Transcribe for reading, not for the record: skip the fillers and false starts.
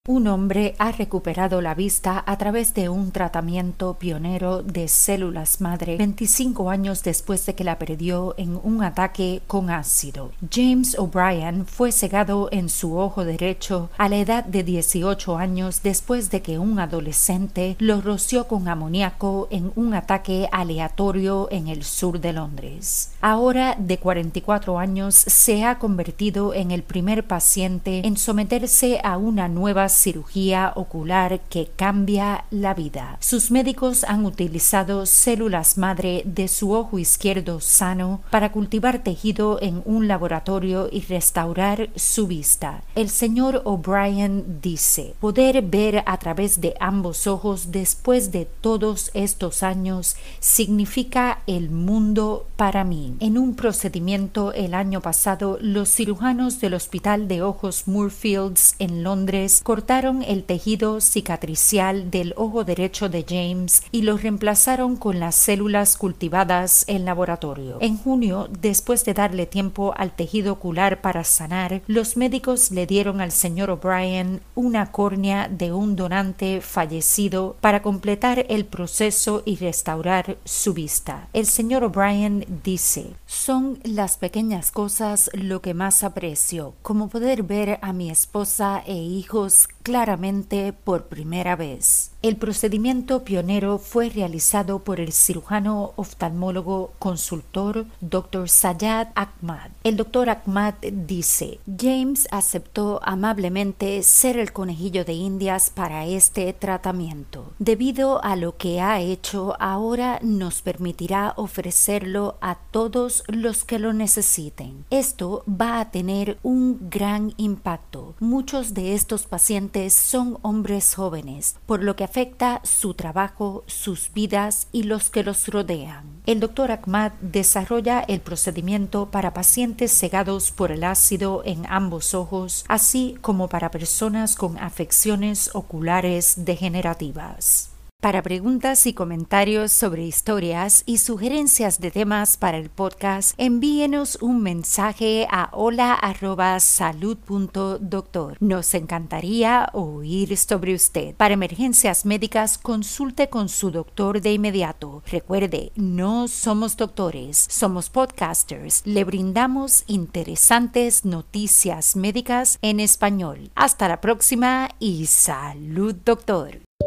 Un hombre ha recuperado la vista a través de un tratamiento pionero de células madre 25 años después de que la perdió en un ataque con ácido. James O'Brien fue cegado en su ojo derecho a la edad de 18 años después de que un adolescente lo roció con amoníaco en un ataque aleatorio en el sur de Londres. Ahora, de 44 años, se ha convertido en el primer paciente en someterse a una nueva cirugía ocular que cambia la vida. Sus médicos han utilizado células madre de su ojo izquierdo sano para cultivar tejido en un laboratorio y restaurar su vista. El señor O'Brien dice: poder ver a través de ambos ojos después de todos estos años significa el mundo para mí. En un procedimiento el año pasado, los cirujanos del Hospital de Ojos Moorfields en Londres cortaron el tejido cicatricial del ojo derecho de James y lo reemplazaron con las células cultivadas en laboratorio. En junio, después de darle tiempo al tejido ocular para sanar, los médicos le dieron al señor O'Brien una córnea de un donante fallecido para completar el proceso y restaurar su vista. El señor O'Brien dice: son las pequeñas cosas lo que más aprecio, como poder ver a mi esposa e hijos claramente por primera vez. El procedimiento pionero fue realizado por el cirujano oftalmólogo consultor Dr. Sayed Ahmad. El Dr. Ahmad dice: James aceptó amablemente ser el conejillo de Indias para este tratamiento. Debido a lo que ha hecho, ahora nos permitirá ofrecerlo a todos los que lo necesiten. Esto va a tener un gran impacto. Muchos de estos pacientes son hombres jóvenes, por lo que afecta su trabajo, sus vidas y los que los rodean. El Dr. Ahmad desarrolla el procedimiento para pacientes cegados por el ácido en ambos ojos, así como para personas con afecciones oculares degenerativas. Para preguntas y comentarios sobre historias y sugerencias de temas para el podcast, envíenos un mensaje a hola@salud.doctor. Nos encantaría oír sobre usted. Para emergencias médicas, consulte con su doctor de inmediato. Recuerde, no somos doctores, somos podcasters. Le brindamos interesantes noticias médicas en español. Hasta la próxima y salud, doctor.